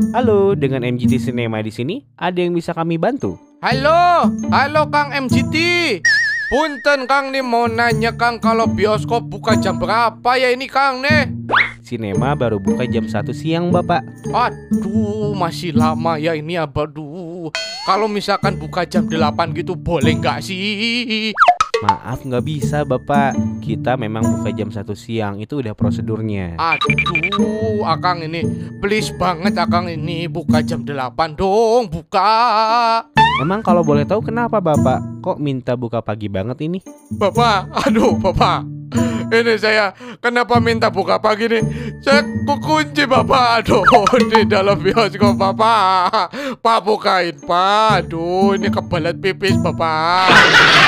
Halo, dengan MGT Cinema di sini, ada yang bisa kami bantu? Halo, halo Kang MGT. Punten Kang nih mau nanya Kang, kalau bioskop buka jam berapa ya ini Kang nih? Sinema baru buka jam 1 siang, Bapak. Aduh, masih lama ya ini aduh. Kalau misalkan buka jam 8 gitu boleh nggak sih? Maaf, nggak bisa, Bapak. Kita memang buka jam 1 siang, itu udah prosedurnya. Aduh, Akang ini please banget Akang ini buka jam 8 dong, buka. Emang kalau boleh tahu kenapa, Bapak? Kok minta buka pagi banget ini? Bapak, aduh Bapak. Ini saya kenapa minta buka pagi nih? Saya kekunci Bapak, aduh di dalam bioskop Bapak. Pak bukain Pak, aduh ini kebelet pipis Bapak.